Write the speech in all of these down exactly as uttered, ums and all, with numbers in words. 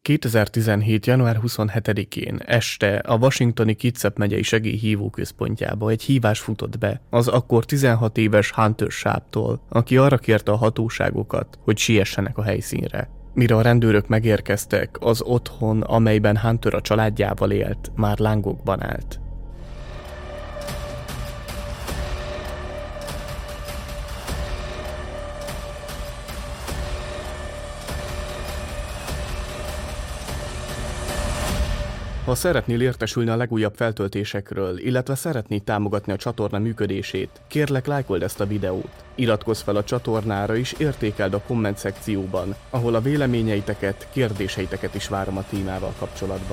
kétezer-tizenhét. január huszonhetedikén este a washingtoni Kitsap megyei segélyhívó központjába egy hívás futott be az akkor tizenhat éves Hunter Sharptól, aki arra kérte a hatóságokat, hogy siessenek a helyszínre. Mire a rendőrök megérkeztek, az otthon, amelyben Hunter a családjával élt, már lángokban állt. Ha szeretnél értesülni a legújabb feltöltésekről, illetve szeretnéd támogatni a csatorna működését, kérlek lájkold ezt a videót. Iratkozz fel a csatornára és értékeld a komment szekcióban, ahol a véleményeiteket, kérdéseiteket is várom a témával kapcsolatban.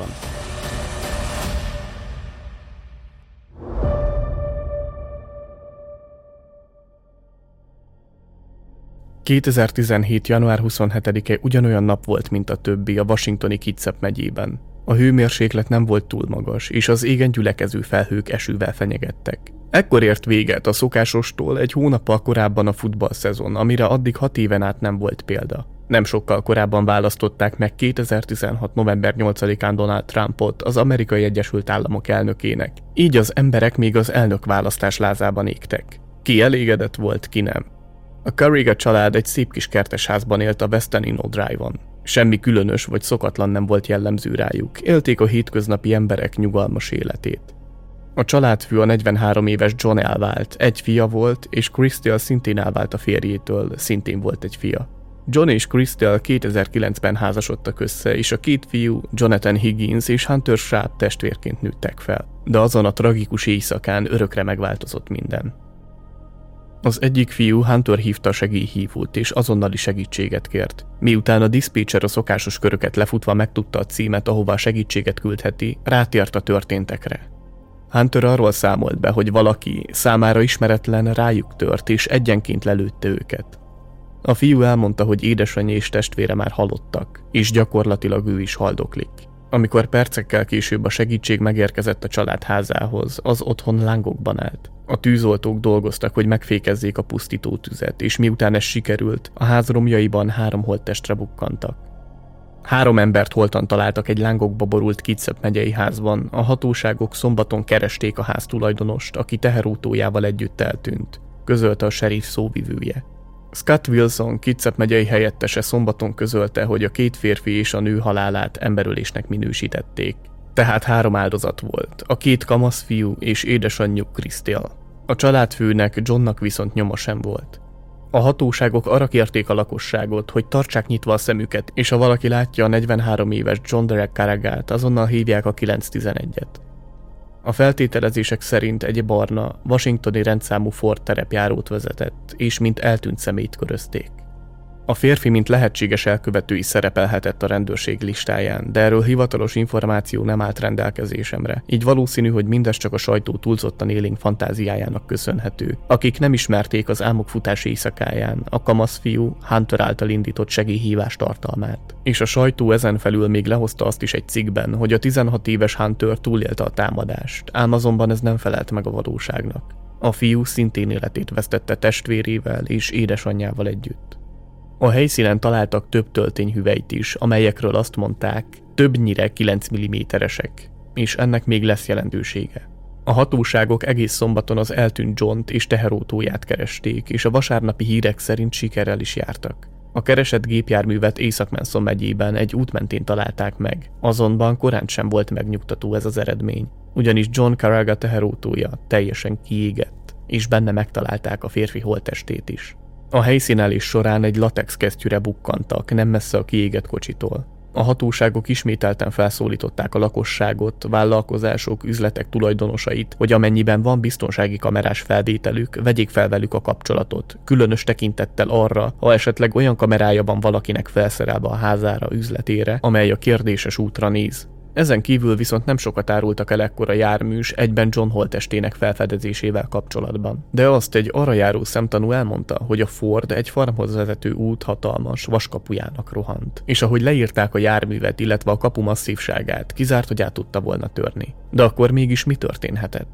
kétezer-tizenhét. január huszonhetedike ugyanolyan nap volt, mint a többi a washingtoni Kitsap megyében. A hőmérséklet nem volt túl magas, és az égen gyülekező felhők esővel fenyegettek. Ekkor ért véget a szokásostól egy hónappal korábban a futballszezon, amire addig hat éven át nem volt példa. Nem sokkal korábban választották meg kétezer-tizenhat. november nyolcadikán Donald Trumpot az Amerikai Egyesült Államok elnökének, így az emberek még az elnökválasztás lázában égtek. Ki elégedett volt, ki nem. A Carriga család egy szép kis kertesházban élt a West Enino Drive-on. Semmi különös vagy szokatlan nem volt jellemző rájuk, élték a hétköznapi emberek nyugalmas életét. A családfő a negyvenhárom éves John elvált, egy fia volt, és Crystal szintén elvált a férjétől, szintén volt egy fia. John és Crystal kétezer-kilencben házasodtak össze, és a két fiú, Jonathan Higgins és Hunter Sharp testvérként nőttek fel. De azon a tragikus éjszakán örökre megváltozott minden. Az egyik fiú Hunter hívta a segélyhívót és azonnali segítséget kért. Miután a diszpécser a szokásos köröket lefutva megtudta a címet, ahova a segítséget küldheti, rátért a történtekre. Hunter arról számolt be, hogy valaki, számára ismeretlen, rájuk tört és egyenként lelőtte őket. A fiú elmondta, hogy édesanyja és testvére már halottak, és gyakorlatilag ő is haldoklik. Amikor percekkel később a segítség megérkezett a család házához, az otthon lángokban állt. A tűzoltók dolgoztak, hogy megfékezzék a pusztító tüzet, és miután ez sikerült, a ház romjaiban három holttestre bukkantak. Három embert holtan találtak egy lángokba borult Kitsap megyei házban, a hatóságok szombaton keresték a ház tulajdonost, aki teherautójával együtt eltűnt, közölte a sheriff szóvivője. Scott Wilson, Kitsap megyei helyettese szombaton közölte, hogy a két férfi és a nő halálát emberölésnek minősítették. Tehát három áldozat volt, a két kamasz fiú és édesanyjuk Crystal. A családfőnek, Johnnak viszont nyoma sem volt. A hatóságok arra kérték a lakosságot, hogy tartsák nyitva a szemüket, és ha valaki látja a negyvenhárom éves John Derek Carragát, azonnal hívják a kilenc tizenegyet. A feltételezések szerint egy barna, washingtoni rendszámú Ford terepjárót vezetett, és mint eltűnt személyt körözték. A férfi mint lehetséges elkövető is szerepelhetett a rendőrség listáján, de erről hivatalos információ nem állt rendelkezésemre, így valószínű, hogy mindez csak a sajtó túlzottan élénk fantáziájának köszönhető, akik nem ismerték az álmokfutás éjszakáján a kamasz fiú Hunter által indított segélyhívás tartalmát. És a sajtó ezen felül még lehozta azt is egy cikkben, hogy a tizenhat éves Hunter túlélte a támadást, ám azonban ez nem felelt meg a valóságnak. A fiú szintén életét vesztette testvérével és édesanyjával együtt. A helyszínen találtak több töltényhüvelyt is, amelyekről azt mondták, többnyire kilenc milliméteresek, és ennek még lesz jelentősége. A hatóságok egész szombaton az eltűnt Johnt és teherautóját keresték, és a vasárnapi hírek szerint sikerrel is jártak. A keresett gépjárművet Észak-Manson megyében egy út mentén találták meg, azonban korán sem volt megnyugtató ez az eredmény, ugyanis John Carraga teherautója teljesen kiégett, és benne megtalálták a férfi holttestét is. A helyszínelés során egy latex kesztyűre bukkantak, nem messze a kiégett kocsitól. A hatóságok ismételten felszólították a lakosságot, vállalkozások, üzletek tulajdonosait, hogy amennyiben van biztonsági kamerás felvételük, vegyék fel velük a kapcsolatot, különös tekintettel arra, ha esetleg olyan kamerája van valakinek felszerelve a házára, üzletére, amely a kérdéses útra néz. Ezen kívül viszont nem sokat árultak el ekkor a járműs egyben John holttestének felfedezésével kapcsolatban. De azt egy arra járó szemtanú elmondta, hogy a Ford egy farmhoz vezető út hatalmas vaskapujának rohant, és ahogy leírták a járművet, illetve a kapu masszívságát, kizárt, hogy át tudta volna törni. De akkor mégis mi történhetett?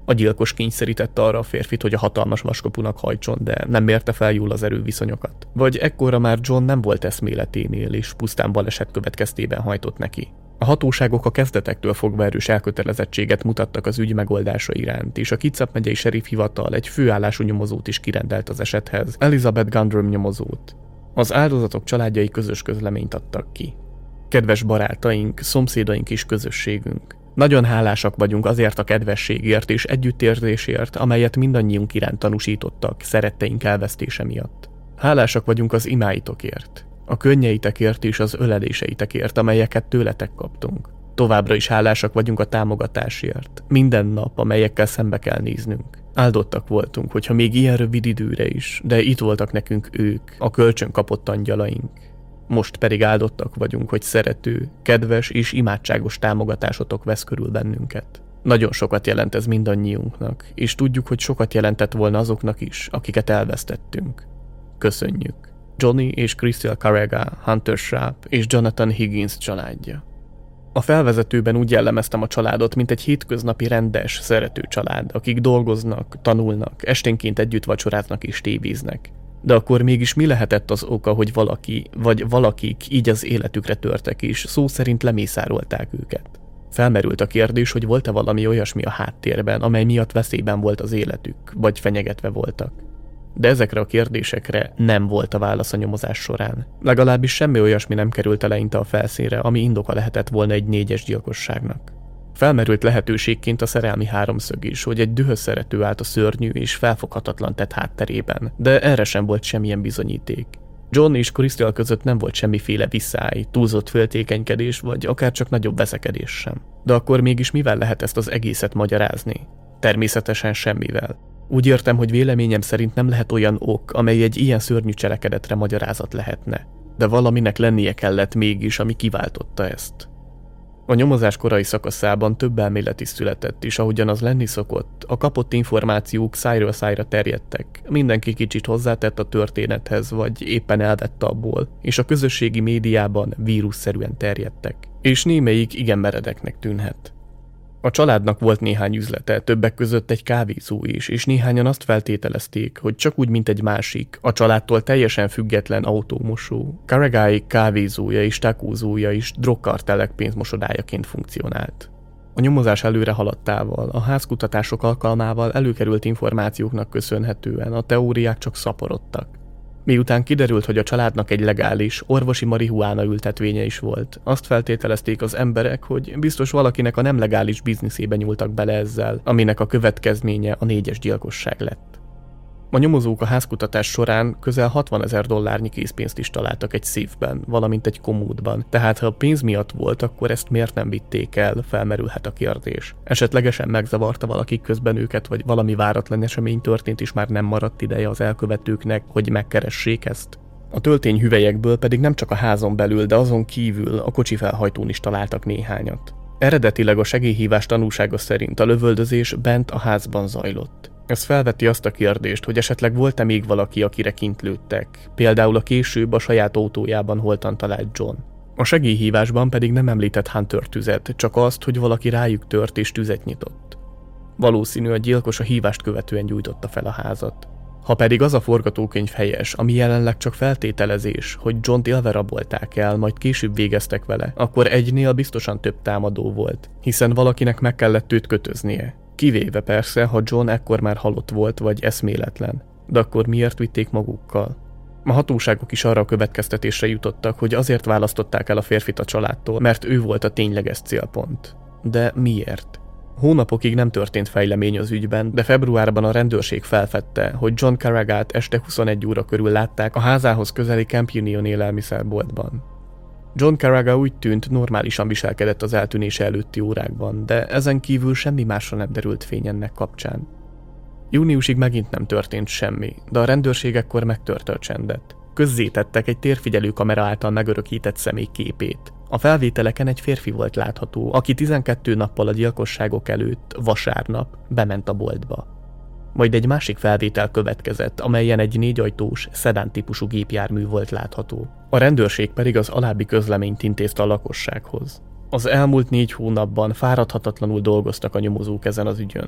A gyilkos kényszerítette arra a férfit, hogy a hatalmas vaskapunak hajtson, de nem mérte fel jól az erőviszonyokat. Vagy ekkora már John nem volt eszméleténél, és pusztán baleset következtében hajtott neki. A hatóságok a kezdetektől fogva erős elkötelezettséget mutattak az ügy megoldása iránt, és a Kitsap megyei sheriff hivatal egy főállású nyomozót is kirendelt az esethez, Elizabeth Gundrum nyomozót. Az áldozatok családjai közös közleményt adtak ki. Kedves barátaink, szomszédaink és közösségünk. Nagyon hálásak vagyunk azért a kedvességért és együttérzésért, amelyet mindannyiunk iránt tanúsítottak szeretteink elvesztése miatt. Hálásak vagyunk az imáitokért, a könnyeitekért és az öleléseitekért, amelyeket tőletek kaptunk. Továbbra is hálásak vagyunk a támogatásért, minden nap, amelyekkel szembe kell néznünk. Áldottak voltunk, hogyha még ilyen rövid időre is, de itt voltak nekünk ők, a kölcsön kapott angyalaink. Most pedig áldottak vagyunk, hogy szerető, kedves és imádságos támogatásotok vesz körül bennünket. Nagyon sokat jelent ez mindannyiunknak, és tudjuk, hogy sokat jelentett volna azoknak is, akiket elvesztettünk. Köszönjük. Johnny és Crystal Carrega, Hunter Sharp és Jonathan Higgins családja. A felvezetőben úgy jellemeztem a családot, mint egy hétköznapi rendes, szerető család, akik dolgoznak, tanulnak, esténként együtt vacsoráznak és tévéznek. De akkor mégis mi lehetett az oka, hogy valaki, vagy valakik így az életükre törtek és szó szerint lemészárolták őket? Felmerült a kérdés, hogy volt-e valami olyasmi a háttérben, amely miatt veszélyben volt az életük, vagy fenyegetve voltak. De ezekre a kérdésekre nem volt a válasz a nyomozás során. Legalábbis semmi olyasmi nem került eleinte a felszínre, ami indoka lehetett volna egy négyes gyilkosságnak. Felmerült lehetőségként a szerelmi háromszög is, hogy egy dühös szerető állt a szörnyű és felfoghatatlan tett hátterében, de erre sem volt semmilyen bizonyíték. John és Crystal között nem volt semmiféle viszály, túlzott féltékenykedés vagy akár csak nagyobb veszekedés sem. De akkor mégis mivel lehet ezt az egészet magyarázni? Természetesen semmivel. Úgy értem, hogy véleményem szerint nem lehet olyan ok, amely egy ilyen szörnyű cselekedetre magyarázat lehetne. De valaminek lennie kellett mégis, ami kiváltotta ezt. A nyomozás korai szakaszában több elmélet is született, és ahogyan az lenni szokott, a kapott információk szájról szájra terjedtek, mindenki kicsit hozzátett a történethez, vagy éppen elvette abból, és a közösségi médiában vírusszerűen terjedtek. És némelyik igen meredeknek tűnhet. A családnak volt néhány üzlete, többek között egy kávézó is, és néhányan azt feltételezték, hogy csak úgy, mint egy másik, a családtól teljesen független autómosó, Carregáik kávézója és takózója is drogkartellek pénzmosodájaként funkcionált. A nyomozás előre haladtával, a házkutatások alkalmával előkerült információknak köszönhetően a teóriák csak szaporodtak. Miután kiderült, hogy a családnak egy legális, orvosi marihuána ültetvénye is volt, azt feltételezték az emberek, hogy biztos valakinek a nem legális bizniszébe nyúltak bele ezzel, aminek a következménye a négyes gyilkosság lett. A nyomozók a házkutatás során közel hatvanezer dollárnyi készpénzt is találtak egy széfben, valamint egy komódban, tehát ha a pénz miatt volt, akkor ezt miért nem vitték el, felmerülhet a kérdés. Esetlegesen megzavarta valaki közben őket, vagy valami váratlan esemény történt, és már nem maradt ideje az elkövetőknek, hogy megkeressék ezt. A töltény hüvelyekből pedig nem csak a házon belül, de azon kívül a kocsi felhajtón is találtak néhányat. Eredetileg a segélyhívás tanúsága szerint a lövöldözés bent a házban zajlott. Ez felveti azt a kérdést, hogy esetleg volt-e még valaki, akire kint lőttek, például a később a saját autójában holtan talált John. A segélyhívásban pedig nem említett Hunter tüzet, csak azt, hogy valaki rájuk tört és tüzet nyitott. Valószínű, a gyilkos a hívást követően gyújtotta fel a házat. Ha pedig az a forgatókönyv helyes, ami jelenleg csak feltételezés, hogy Johnt élve rabolták el, majd később végeztek vele, akkor egynél biztosan több támadó volt, hiszen valakinek meg kellett őt kötöznie. Kivéve persze, ha John ekkor már halott volt vagy eszméletlen. De akkor miért vitték magukkal? A hatóságok is arra a következtetésre jutottak, hogy azért választották el a férfit a családtól, mert ő volt a tényleges célpont. De miért? Hónapokig nem történt fejlemény az ügyben, de februárban a rendőrség felfedte, hogy John Carregát este huszonegy óra körül látták a házához közeli Camp Union élelmiszerboltban. John Carrega úgy tűnt, normálisan viselkedett az eltűnése előtti órákban, de ezen kívül semmi másra nem derült fény ennek kapcsán. Júniusig megint nem történt semmi, de a rendőrség ekkor megtörte a csendet. Közzétettek egy térfigyelő kamera által megörökített személy képét. A felvételeken egy férfi volt látható, aki tizenkét nappal a gyilkosságok előtt, vasárnap bement a boltba. Majd egy másik felvétel következett, amelyen egy négyajtós, szedán típusú gépjármű volt látható. A rendőrség pedig az alábbi közleményt intézte a lakossághoz. Az elmúlt négy hónapban fáradhatatlanul dolgoztak a nyomozók ezen az ügyön.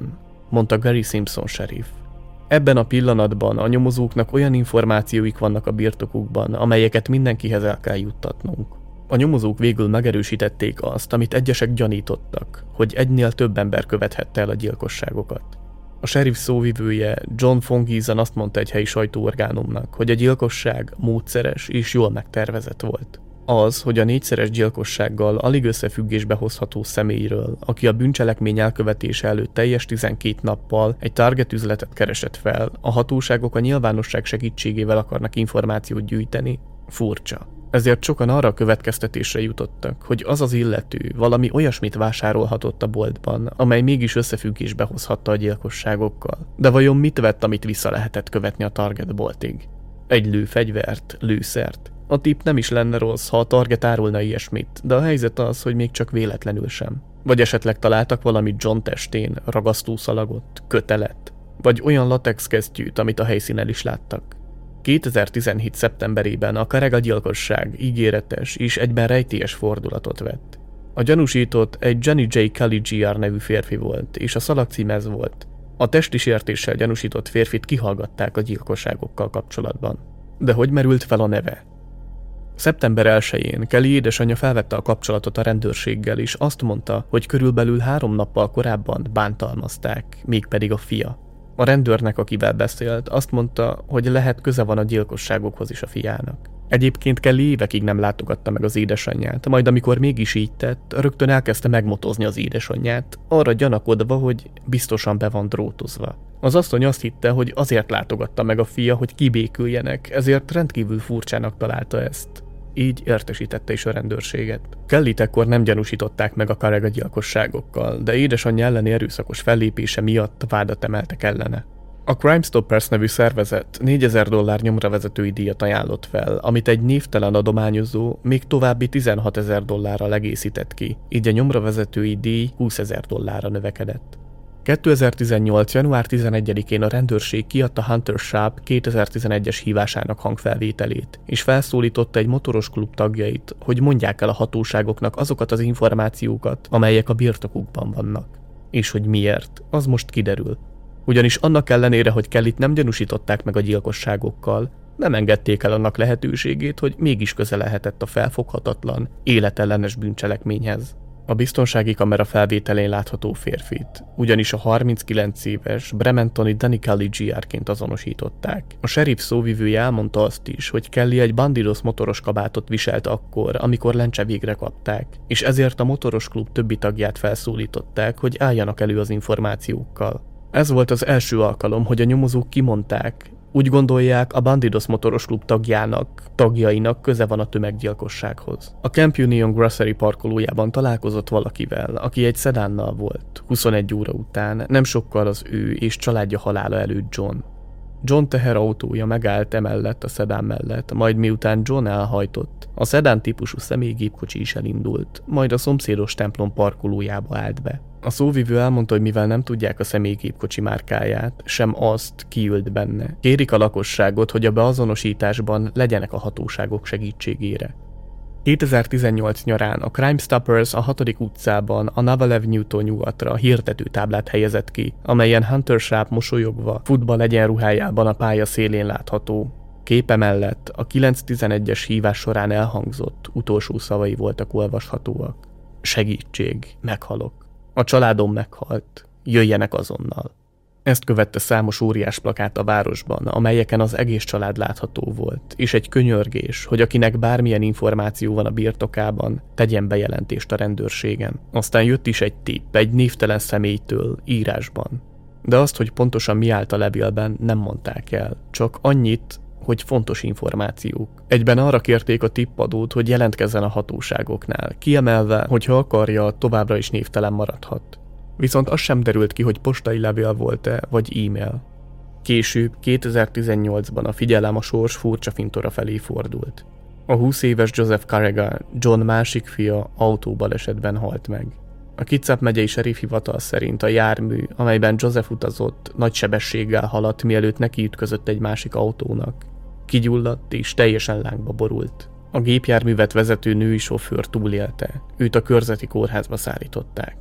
mondta Gary Simpson sheriff. Ebben a pillanatban a nyomozóknak olyan információik vannak a birtokukban, amelyeket mindenkihez el kell juttatnunk. A nyomozók végül megerősítették azt, amit egyesek gyanítottak, hogy egynél több ember követhette el a gyilkosságokat. A sheriff szóvivője John Fongiesen azt mondta egy helyi sajtóorgánumnak, hogy a gyilkosság módszeres és jól megtervezett volt. Az, hogy a négyszeres gyilkossággal alig összefüggésbe hozható személyről, aki a bűncselekmény elkövetése előtt teljes tizenkét nappal egy target üzletet keresett fel, a hatóságok a nyilvánosság segítségével akarnak információt gyűjteni, furcsa. Ezért sokan arra a következtetésre jutottak, hogy az az illető valami olyasmit vásárolhatott a boltban, amely mégis összefüggésbe hozhatta a gyilkosságokkal. De vajon mit vett, amit vissza lehetett követni a Target boltig? Egy lőfegyvert, lőszert? A tipp nem is lenne rossz, ha a Target árulna ilyesmit, de a helyzet az, hogy még csak véletlenül sem. Vagy esetleg találtak valamit John testén, ragasztószalagot, kötelet, vagy olyan latex kesztyűt, amit a helyszínen is láttak. kétezer-tizenhét. szeptemberében a Carrega gyilkosság ígéretes és egyben rejtélyes fordulatot vett. A gyanúsított egy Johnny J. Kelly junior nevű férfi volt, és a szalagcím ez volt. A testi sértéssel gyanúsított férfit kihallgatták a gyilkosságokkal kapcsolatban. De hogy merült fel a neve? szeptember elsején Kelly édesanyja felvette a kapcsolatot a rendőrséggel, és azt mondta, hogy körülbelül három nappal korábban bántalmazták, mégpedig a fia. A rendőrnek, akivel beszélt, azt mondta, hogy lehet köze van a gyilkosságokhoz is a fiának. Egyébként Kelly évekig nem látogatta meg az édesanyját, majd amikor mégis így tett, rögtön elkezdte megmotozni az édesanyját, arra gyanakodva, hogy biztosan be van drótozva. Az asszony azt hitte, hogy azért látogatta meg a fia, hogy kibéküljenek, ezért rendkívül furcsának találta ezt. Így értesítette is a rendőrséget. Kellyt ekkor nem gyanúsították meg a Carrega gyilkosságokkal, de édesanyja elleni erőszakos fellépése miatt vádat emeltek ellene. A Crime Stoppers nevű szervezet négyezer dollár nyomravezetői díjat ajánlott fel, amit egy névtelen adományozó még további tizenhatezer dollárral egészített ki, így a nyomravezetői díj húszezer dollárra növekedett. kétezer-tizennyolc. január tizenegyedikén a rendőrség kiadta Hunter Sharp kétezer-tizenegyes hívásának hangfelvételét, és felszólította egy motoros klub tagjait, hogy mondják el a hatóságoknak azokat az információkat, amelyek a birtokukban vannak. És hogy miért, az most kiderül. Ugyanis annak ellenére, hogy Kellyt nem gyanúsították meg a gyilkosságokkal, nem engedték el annak lehetőségét, hogy mégis köze lehetett a felfoghatatlan, életellenes bűncselekményhez. A biztonsági kamera felvételén látható férfit, ugyanis a harminckilenc éves Brementoni Danny Kelly juniorként azonosították. A sheriff szóvivője elmondta azt is, hogy Kelly egy Bandidos motoros kabátot viselt akkor, amikor lencse végre kapták, és ezért a motoros klub többi tagját felszólították, hogy álljanak elő az információkkal. Ez volt az első alkalom, hogy a nyomozók kimondták, úgy gondolják, a Bandidos motoros klub tagjának, tagjainak köze van a tömeggyilkossághoz. A Camp Union Grocery parkolójában találkozott valakivel, aki egy szedánnal volt, huszonegy óra után, nem sokkal az ő és családja halála előtt John. John teherautója megállt emellett a szedán mellett, majd miután John elhajtott, a szedán típusú személygépkocsi is elindult, majd a szomszédos templom parkolójába állt be. A szóvivő elmondta, hogy mivel nem tudják a személygépkocsi márkáját, sem azt, ki ült benne, kérik a lakosságot, hogy a beazonosításban legyenek a hatóságok segítségére. kétezer-tizennyolc nyarán a Crime Stoppers a hatodik utcában a Naval Avenue-tól nyugatra hirdetőtáblát helyezett ki, amelyen Hunter Sharp mosolyogva, futball egyenruhájában a pálya szélén látható. Képe mellett a kilenc tizenegyes hívás során elhangzott utolsó szavai voltak olvashatóak. Segítség, meghalok. A családom meghalt, jöjjenek azonnal. Ezt követte számos óriás plakát a városban, amelyeken az egész család látható volt, és egy könyörgés, hogy akinek bármilyen információ van a birtokában, tegyen bejelentést a rendőrségen. Aztán jött is egy tipp, egy névtelen személytől, írásban. De azt, hogy pontosan mi állt a levélben, nem mondták el, csak annyit, hogy fontos információk. Egyben arra kérték a tippadót, hogy jelentkezzen a hatóságoknál, kiemelve, hogy ha akarja, továbbra is névtelen maradhat. Viszont az sem derült ki, hogy postai levél volt-e, vagy e-mail. Később, kétezer-tizennyolcban a figyelem a sors furcsa fintora felé fordult. A húsz éves Joseph Carrega, John másik fia autóbalesetben halt meg. A Kitsap megyei sheriff hivatal szerint a jármű, amelyben Joseph utazott, nagy sebességgel haladt, mielőtt neki ütközött egy másik autónak. Kigyulladt és teljesen lángba borult. A gépjárművet vezető női sofőr túlélte, őt a körzeti kórházba szállították.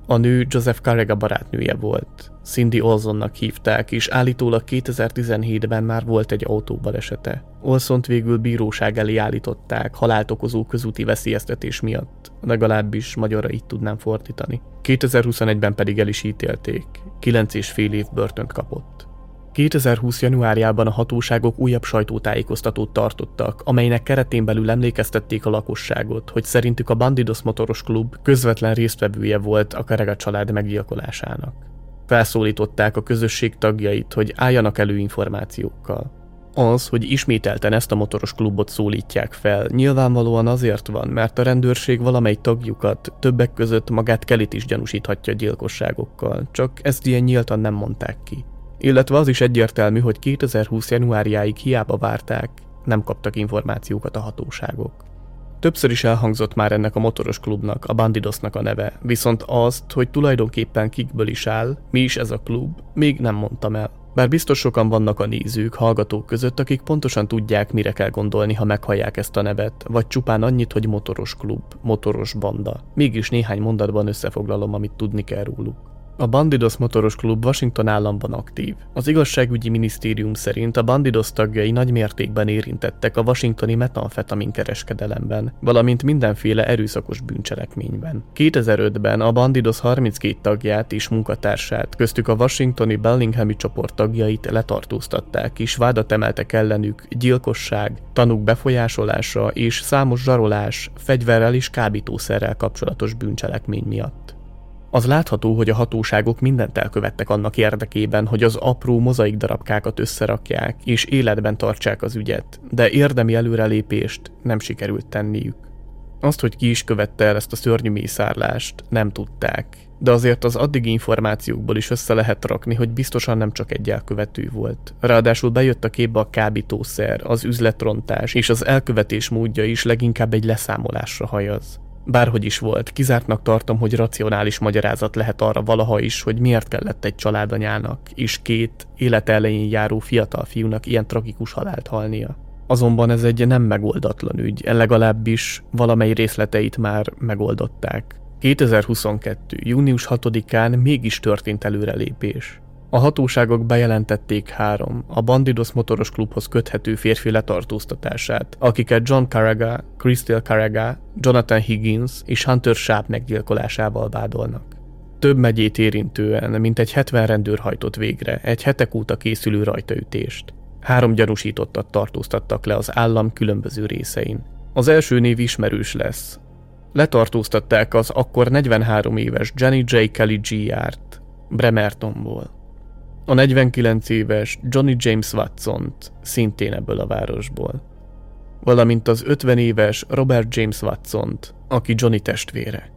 A nő Joseph Carrega barátnője volt. Cindy Olsonnak hívták, és állítólag kétezer-tizenhétben már volt egy autóbalesete. Olsont végül bíróság elé állították halált okozó közúti veszélyeztetés miatt, legalábbis magyarra így tudnám fordítani. kétezer-huszonegyben pedig el is ítélték, kilenc és fél év börtönt kapott. kétezer-húsz januárjában a hatóságok újabb sajtótájékoztatót tartottak, amelynek keretén belül emlékeztették a lakosságot, hogy szerintük a Bandidos motoros klub közvetlen résztvevője volt a Carrega család meggyilkolásának. Felszólították a közösség tagjait, hogy álljanak elő információkkal. Az, hogy ismételten ezt a motoros klubot szólítják fel, nyilvánvalóan azért van, mert a rendőrség valamely tagjukat, többek között magát Kellyt is gyanúsíthatja gyilkosságokkal, csak ezt ilyen nyíltan nem mondták ki. Illetve az is egyértelmű, hogy kétezer-húsz januárjáig hiába várták, nem kaptak információkat a hatóságok. Többször is elhangzott már ennek a motoros klubnak, a Bandidosnak a neve, viszont azt, hogy tulajdonképpen kikből is áll, mi is ez a klub, még nem mondtam el. Bár biztos sokan vannak a nézők, hallgatók között, akik pontosan tudják, mire kell gondolni, ha meghallják ezt a nevet, vagy csupán annyit, hogy motoros klub, motoros banda. Mégis néhány mondatban összefoglalom, amit tudni kell róluk. A Bandidos motoros klub Washington államban aktív. Az igazságügyi minisztérium szerint a Bandidos tagjai nagy mértékben érintettek a washingtoni metamfetamin kereskedelemben, valamint mindenféle erőszakos bűncselekményben. kétezer-ötben a Bandidos harminckét tagját és munkatársát, köztük a washingtoni Bellinghami csoport tagjait letartóztatták, és vádat emeltek ellenük gyilkosság, tanúk befolyásolása és számos zsarolás, fegyverrel és kábítószerrel kapcsolatos bűncselekmény miatt. Az látható, hogy a hatóságok mindent elkövettek annak érdekében, hogy az apró mozaik darabkákat összerakják és életben tartsák az ügyet, de érdemi előrelépést nem sikerült tenniük. Azt, hogy ki is követte el ezt a szörnyű mészárlást, nem tudták, de azért az addigi információkból is össze lehet rakni, hogy biztosan nem csak egy elkövető volt. Ráadásul bejött a képbe a kábítószer, az üzletrontás és az elkövetés módja is leginkább egy leszámolásra hajaz. Bárhogy is volt, kizártnak tartom, hogy racionális magyarázat lehet arra valaha is, hogy miért kellett egy családanyának és két élet elején járó fiatal fiúnak ilyen tragikus halált halnia. Azonban ez egy nem megoldatlan ügy, legalábbis valamely részleteit már megoldották. kétezer-huszonkettő. június hatodikán mégis történt előrelépés. A hatóságok bejelentették három, a Bandidos motoros klubhoz köthető férfi letartóztatását, akiket John Carrega, Crystal Carrega, Jonathan Higgins és Hunter Sharp meggyilkolásával vádolnak. Több megyét érintően mintegy hetven rendőr hajtott végre egy hetek óta készülő rajtaütést. Három gyanúsítottat tartóztattak le az állam különböző részein. Az első név ismerős lesz. Letartóztatták az akkor negyvenhárom éves Jenny J. Kelly Jr.-t Bremertonból. A negyvenkilenc éves Johnny James Watsont, szintén ebből a városból. Valamint az ötven éves Robert James Watsont, aki Johnny testvére.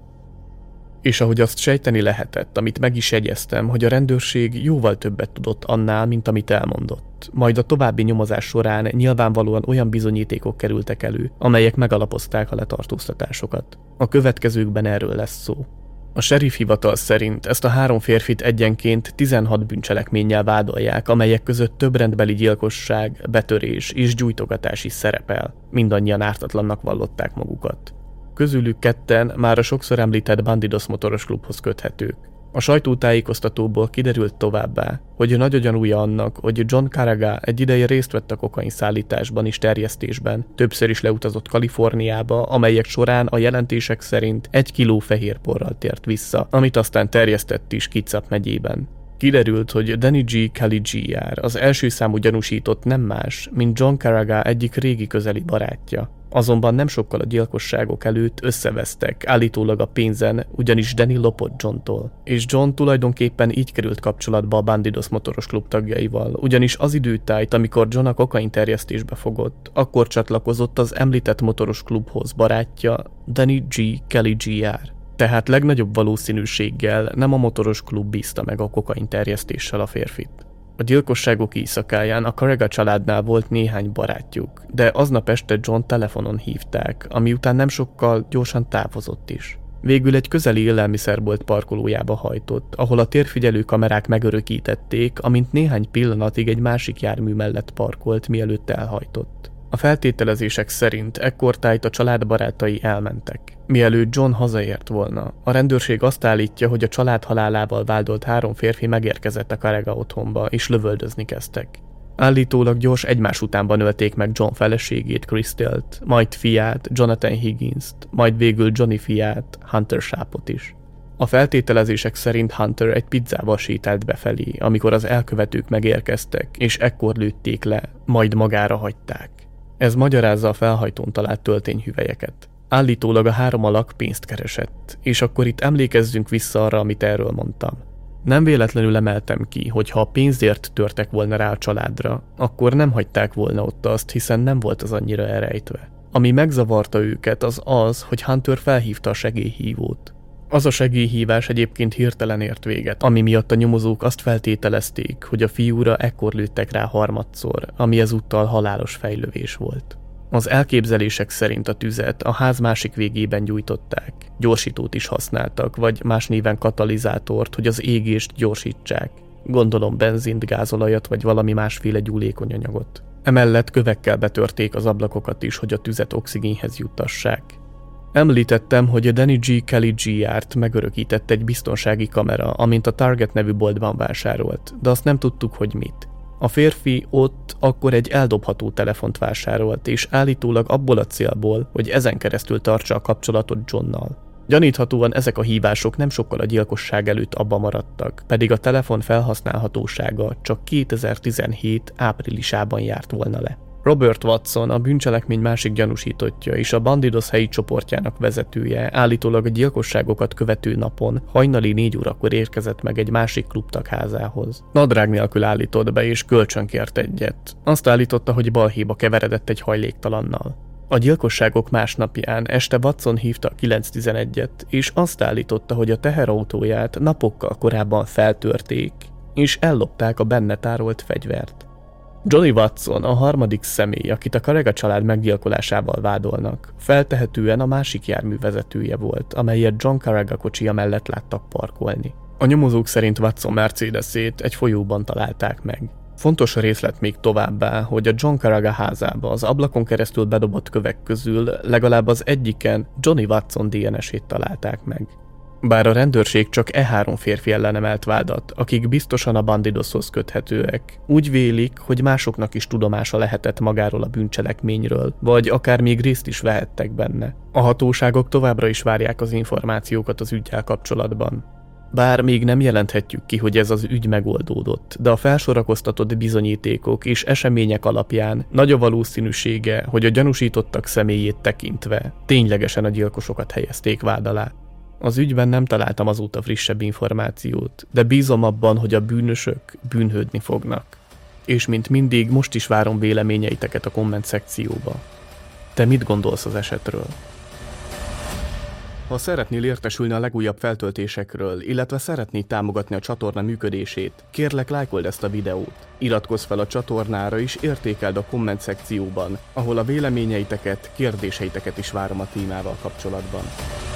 És ahogy azt sejteni lehetett, amit meg is jegyeztem, hogy a rendőrség jóval többet tudott annál, mint amit elmondott. Majd a további nyomozás során nyilvánvalóan olyan bizonyítékok kerültek elő, amelyek megalapozták a letartóztatásokat. A következőkben erről lesz szó. A sheriff hivatal szerint ezt a három férfit egyenként tizenhat bűncselekménnyel vádolják, amelyek között több rendbeli gyilkosság, betörés és gyújtogatás is szerepel. Mindannyian ártatlannak vallották magukat. Közülük ketten már a sokszor említett Bandidos motoros klubhoz köthetők. A sajtótájékoztatóból kiderült továbbá, hogy nagy a gyanúja annak, hogy John Carrega egy ideje részt vett a kokain szállításban és terjesztésben, többször is leutazott Kaliforniába, amelyek során a jelentések szerint egy kiló fehérporral tért vissza, amit aztán terjesztett is Kitsap megyében. Kiderült, hogy Danny G. Kelly Junior az első számú gyanúsított nem más, mint John Carrega egyik régi közeli barátja. Azonban nem sokkal a gyilkosságok előtt összevesztek, állítólag a pénzen, ugyanis Danny lopott Johntól. És John tulajdonképpen így került kapcsolatba a Bandidos motoros klub tagjaival, ugyanis az időtájt, amikor John a kokain terjesztésbe fogott, akkor csatlakozott az említett motoros klubhoz barátja, Danny G. Kelly Junior Tehát legnagyobb valószínűséggel nem a motoros klub bízta meg a kokain terjesztéssel a férfit. A gyilkosságok éjszakáján a Carrega családnál volt néhány barátjuk, de aznap este John telefonon hívták, ami után nem sokkal gyorsan távozott is. Végül egy közeli élelmiszerbolt parkolójába hajtott, ahol a térfigyelő kamerák megörökítették, amint néhány pillanatig egy másik jármű mellett parkolt, mielőtt elhajtott. A feltételezések szerint ekkortájt a család barátai elmentek. Mielőtt John hazaért volna, a rendőrség azt állítja, hogy a család halálával vádolt három férfi megérkezett a Carrega otthonba és lövöldözni kezdtek. Állítólag gyors egymás utánban ölték meg John feleségét, Crystalt, majd fiát, Jonathan Higginst, majd végül Johnny fiát, Hunter Sharpot is. A feltételezések szerint Hunter egy pizzával sétált befelé, amikor az elkövetők megérkeztek, és ekkor lőtték le, majd magára hagyták. Ez magyarázza a felhajtón talált töltényhüvelyeket. Állítólag a három alak pénzt keresett, és akkor itt emlékezzünk vissza arra, amit erről mondtam. Nem véletlenül emeltem ki, hogy ha a pénzért törtek volna rá a családra, akkor nem hagyták volna ott azt, hiszen nem volt az annyira elrejtve. Ami megzavarta őket, az az, hogy Hunter felhívta a segélyhívót. Az a segélyhívás egyébként hirtelen ért véget, ami miatt a nyomozók azt feltételezték, hogy a fiúra ekkor lőttek rá harmadszor, ami ezúttal halálos fejlövés volt. Az elképzelések szerint a tüzet a ház másik végében gyújtották, gyorsítót is használtak, vagy más néven katalizátort, hogy az égést gyorsítsák. Gondolom benzint, gázolajat vagy valami másféle gyúlékony anyagot. Emellett kövekkel betörték az ablakokat is, hogy a tüzet oxigénhez juttassák. Említettem, hogy a Danny G. Kelly Juniort megörökített egy biztonsági kamera, amint a Target nevű boltban vásárolt, de azt nem tudtuk, hogy mit. A férfi ott akkor egy eldobható telefont vásárolt, és állítólag abból a célból, hogy ezen keresztül tartsa a kapcsolatot Johnnal. Gyaníthatóan ezek a hívások nem sokkal a gyilkosság előtt abba maradtak, pedig a telefon felhasználhatósága csak kétezer-tizenhét áprilisában járt volna le. Robert Watson, a bűncselekmény másik gyanúsítottja és a Bandidos helyi csoportjának vezetője állítólag a gyilkosságokat követő napon hajnali négy órakor érkezett meg egy másik klubtag házához. Nadrág nélkül állított be és kölcsönkért egyet. Azt állította, hogy balhéba keveredett egy hajléktalannal. A gyilkosságok másnapján este Watson hívta a kilenc tizenegyet, és azt állította, hogy a teherautóját napokkal korábban feltörték, és ellopták a benne tárolt fegyvert. Johnny Watson a harmadik személy, akit a Carrega család meggyilkolásával vádolnak, feltehetően a másik jármű vezetője volt, amelyet John Carrega kocsija mellett láttak parkolni. A nyomozók szerint Watson Mercedesét egy folyóban találták meg. Fontos részlet még továbbá, hogy a John Carrega házába az ablakon keresztül bedobott kövek közül legalább az egyiken Johnny Watson dé en es-ét találták meg. Bár a rendőrség csak e három férfi ellen emelt vádat, akik biztosan a Bandidoshoz köthetőek, úgy vélik, hogy másoknak is tudomása lehetett magáról a bűncselekményről, vagy akár még részt is vehettek benne. A hatóságok továbbra is várják az információkat az üggyel kapcsolatban. Bár még nem jelenthetjük ki, hogy ez az ügy megoldódott, de a felsorakoztatott bizonyítékok és események alapján nagy a valószínűsége, hogy a gyanúsítottak személyét tekintve ténylegesen a gyilkosokat helyezték vád alá. Az ügyben nem találtam azóta frissebb információt, de bízom abban, hogy a bűnösök bűnhődni fognak. És mint mindig, most is várom véleményeiteket a komment szekcióba. Te mit gondolsz az esetről? Ha szeretnél értesülni a legújabb feltöltésekről, illetve szeretnéd támogatni a csatorna működését, kérlek lájkold ezt a videót, iratkozz fel a csatornára és értékeld a komment szekcióban, ahol a véleményeiteket, kérdéseiteket is várom a témával kapcsolatban.